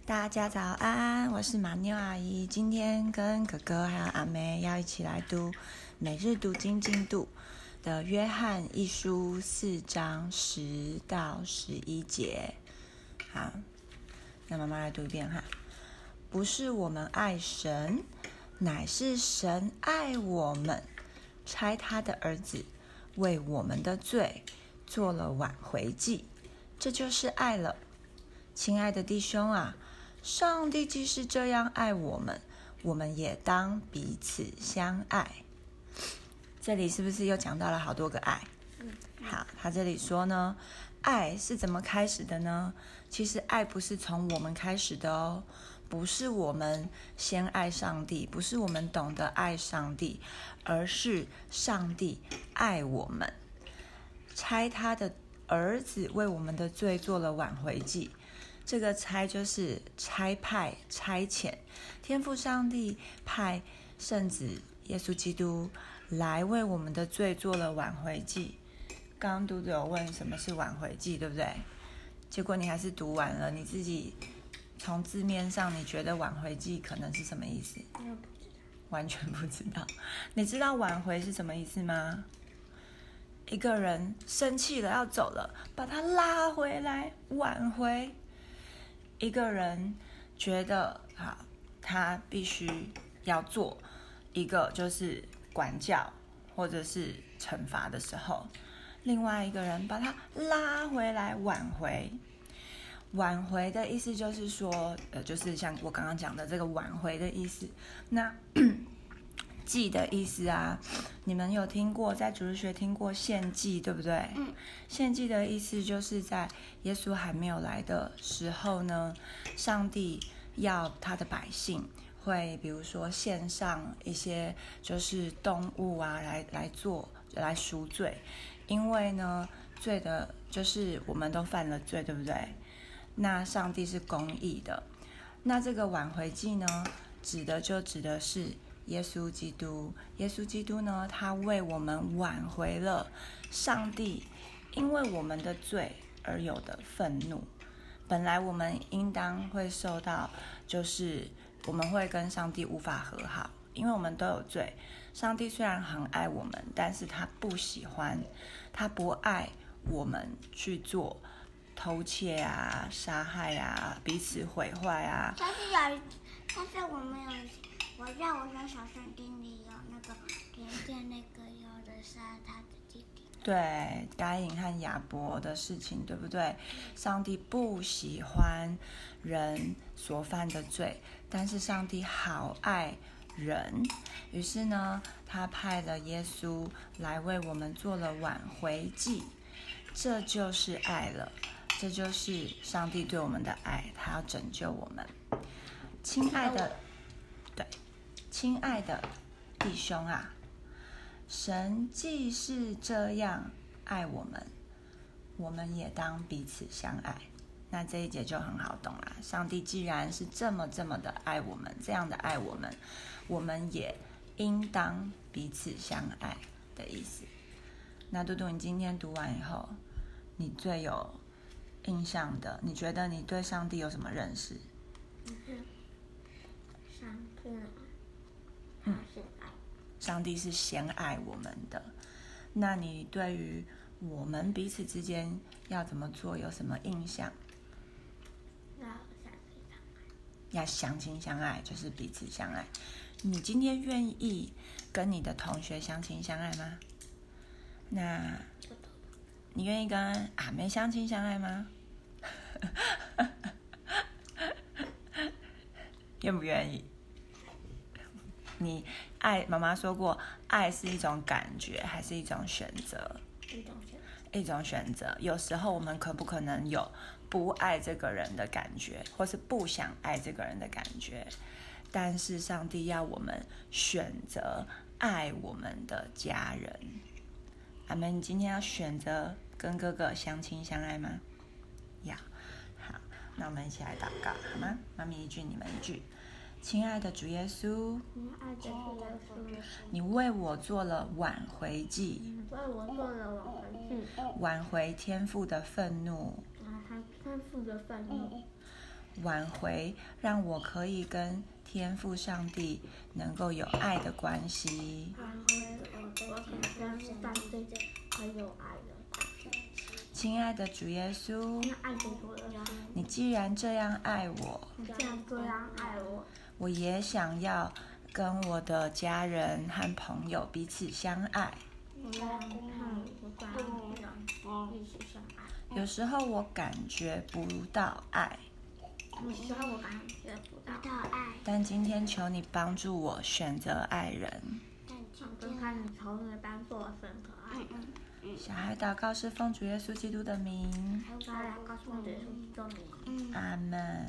大家早安，我是马妞阿姨。今天跟哥哥还有阿妹要一起来读每日读经进度的约翰一书4章10到11节。好，那妈妈来读一遍哈。不是我们爱神，乃是神爱我们，差他的儿子为我们的罪做了挽回祭，这就是爱了。亲爱的弟兄啊，上帝既是这样爱我们，我们也当彼此相爱。这里是不是又讲到了好多个爱？好，他这里说呢，爱是怎么开始的呢？其实爱不是从我们开始的哦，不是我们先爱上帝，不是我们懂得爱上帝，而是上帝爱我们，差他的儿子为我们的罪做了挽回祭。这个差就是差派、差遣，天父上帝派圣子耶稣基督来为我们的罪做了挽回祭。刚刚嘟嘟有问什么是挽回祭，对不对？结果你还是读完了，你自己从字面上你觉得挽回祭可能是什么意思？完全不知道。你知道挽回是什么意思吗？一个人生气了要走了，把他拉回来，挽回。一个人觉得他必须要做一个就是管教或者是惩罚的时候，另外一个人把他拉回来挽回。挽回的意思就是说，就是像我刚刚讲的这个挽回的意思。那祭的意思啊，你们有听过，在主日学听过献祭，对不对？献祭的意思就是在耶稣还没有来的时候呢，上帝要他的百姓会比如说献上一些就是动物啊来赎罪，因为呢罪的就是我们都犯了罪，对不对？那上帝是公义的，那这个挽回祭呢，指的是耶稣基督。耶稣基督呢，他为我们挽回了上帝因为我们的罪而有的愤怒。本来我们应当会受到，就是我们会跟上帝无法和好，因为我们都有罪。上帝虽然很爱我们，但是他不喜欢，他不爱我们去做偷窃啊、杀害啊、彼此毁坏啊。 但是我们有，我说小圣经里有那个连电那个有人杀他的弟弟。 对，该隐和亚伯的事情，对不对？上帝不喜欢人所犯的罪，但是上帝好爱人，于是呢，他派了耶稣来为我们做了挽回祭。这就是爱了，这就是上帝对我们的爱，他要拯救我们。亲爱的弟兄啊，神既是这样爱我们，我们也当彼此相爱。那这一节就很好懂啦。上帝既然是这么的爱我们，这样的爱我们，我们也应当彼此相爱的意思。那嘟嘟，你今天读完以后，你最有印象的，你觉得你对上帝有什么认识？上帝是先爱我们的。那你对于我们彼此之间要怎么做有什么印象？要相亲相爱，就是彼此相爱。你今天愿意跟你的同学相亲相爱吗？那你愿意跟阿妹相亲相爱吗？愿不愿意？你爱，妈妈说过，爱是一种感觉还是一种选择？一种选择。有时候我们可不可能有不爱这个人的感觉，或是不想爱这个人的感觉？但是上帝要我们选择爱我们的家人。阿妹，你今天要选择跟哥哥相亲相爱吗？要。好，那我们一起来祷告好吗？妈咪一句，你们一句。亲爱的主耶稣，你为我做了挽回祭，挽回天父的愤怒， 挽回，让我可以跟天父上帝能够有爱的关系。 挽回我跟天父上帝很有爱的关系。 亲爱的主耶稣，你既然这样爱我，我也想要跟我的家人和朋友彼此相爱。有时候我感觉不到爱，但今天求你帮助我选择爱人。小孩祷告是奉主耶稣基督的名，阿门。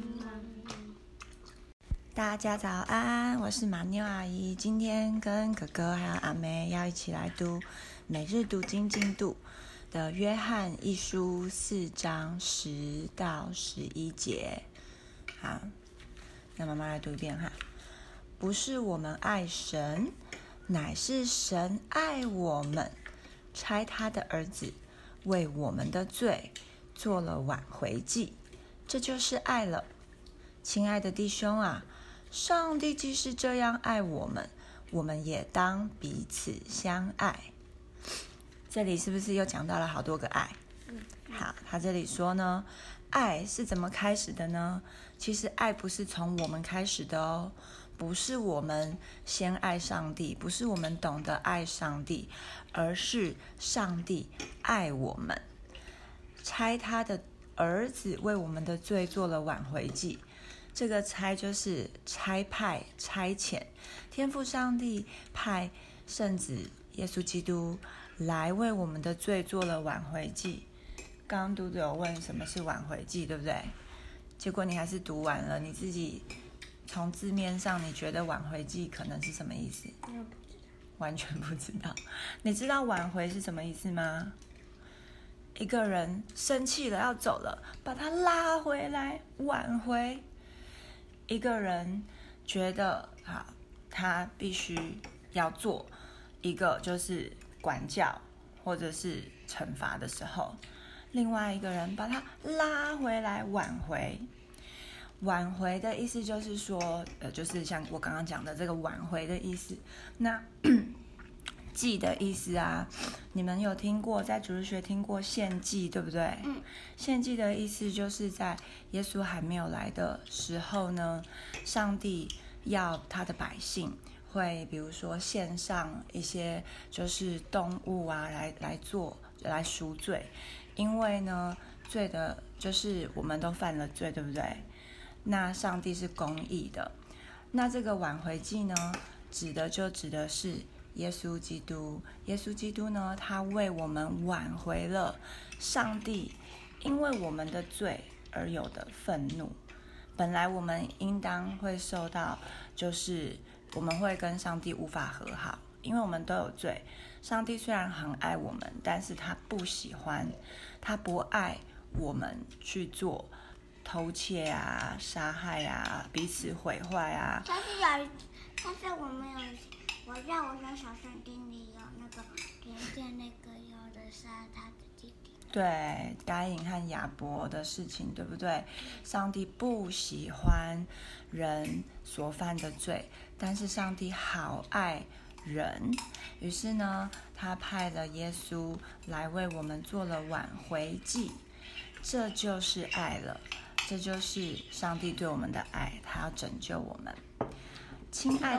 大家早安，我是马妞阿姨。今天跟哥哥还有阿妹要一起来读每日读经进度的约翰一书4章10到11节。好，那妈妈来读一遍哈。不是我们爱神，乃是神爱我们，差他的儿子为我们的罪做了挽回祭，这就是爱了。亲爱的弟兄啊，上帝既是这样爱我们，我们也当彼此相爱。这里是不是又讲到了好多个爱？好，他这里说呢，爱是怎么开始的呢？其实爱不是从我们开始的哦，不是我们先爱上帝，不是我们懂得爱上帝，而是上帝爱我们，差他的儿子为我们的罪做了挽回祭。这个差就是差派、差遣，天父上帝派圣子耶稣基督来为我们的罪做了挽回祭。刚刚嘟嘟有问什么是挽回祭，对不对？结果你还是读完了，你自己从字面上你觉得挽回祭可能是什么意思？完全不知道。你知道挽回是什么意思吗？一个人生气了要走了，把他拉回来，挽回。一个人觉得他必须要做一个就是管教或者是惩罚的时候，另外一个人把他拉回来挽回。挽回的意思就是说，就是像我刚刚讲的这个挽回的意思。那祭的意思啊，你们有听过，在主日学听过献祭，对不对？献祭的意思就是在耶稣还没有来的时候呢，上帝要他的百姓会比如说献上一些就是动物啊来赎罪，因为呢罪的就是我们都犯了罪，对不对？那上帝是公义的，那这个挽回祭呢，指的是耶稣基督。耶稣基督呢，他为我们挽回了上帝因为我们的罪而有的愤怒。本来我们应当会受到，就是我们会跟上帝无法和好，因为我们都有罪。上帝虽然很爱我们，但是他不喜欢，他不爱我们去做偷窃啊、杀害啊、彼此毁坏啊。 但是我让我小圣经里有那个连见那个有的杀他的弟弟。 对，该隐和亚伯的事情，对不对？上帝不喜欢人所犯的罪，但是上帝好爱人，于是呢，他派了耶稣来为我们做了挽回祭。这就是爱了，这就是上帝对我们的爱，他要拯救我们。亲爱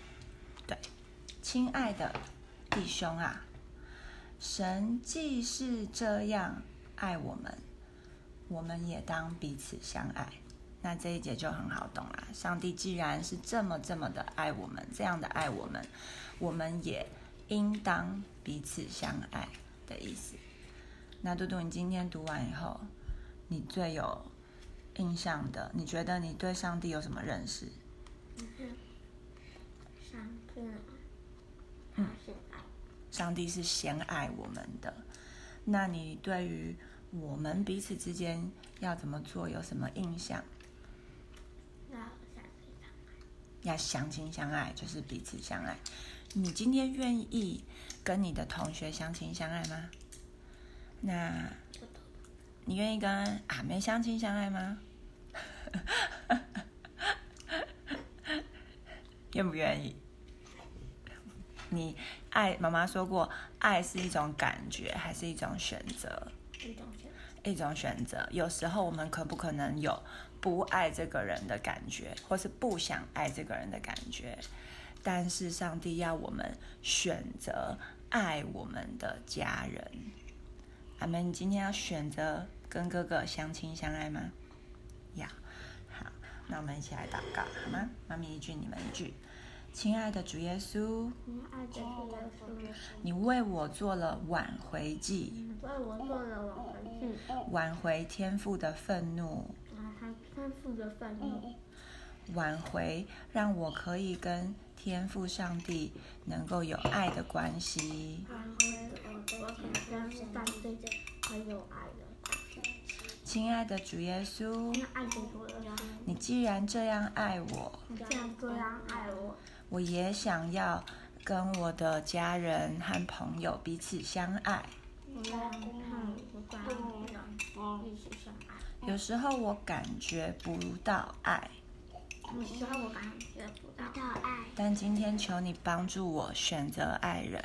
的弟兄啊，神既是这样爱我们，我们也当彼此相爱。那这一节就很好懂啦。上帝既然是这么的爱我们，这样的爱我们，我们也应当彼此相爱的意思。那嘟嘟，你今天读完以后，你最有印象的，你觉得你对上帝有什么认识？上帝是先爱我们的。那你对于我们彼此之间要怎么做有什么印象？要相亲相爱，就是彼此相爱。你今天愿意跟你的同学相亲相爱吗？那你愿意跟阿妹相亲相爱吗？ 愿不愿意？你爱，妈妈说过，爱是一种感觉，还是一种选择？一种选择。有时候我们可不可能有不爱这个人的感觉，或是不想爱这个人的感觉？但是上帝要我们选择爱我们的家人。阿们，你今天要选择跟哥哥相亲相爱吗？要。好，那我们一起来祷告，好吗？妈咪一句，你们一句。亲爱的主耶稣，你为我做了挽回祭，挽回天父的愤怒，挽回让我可以跟天父上帝能够有爱的关系。亲爱的主耶稣，你既然这样爱我，我也想要跟我的家人和朋友彼此相爱。有时候我感觉不到爱，但今天求你帮助我选择爱人。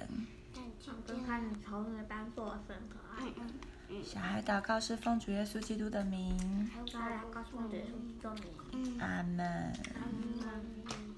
小孩祷告是奉主耶稣基督的名。阿们。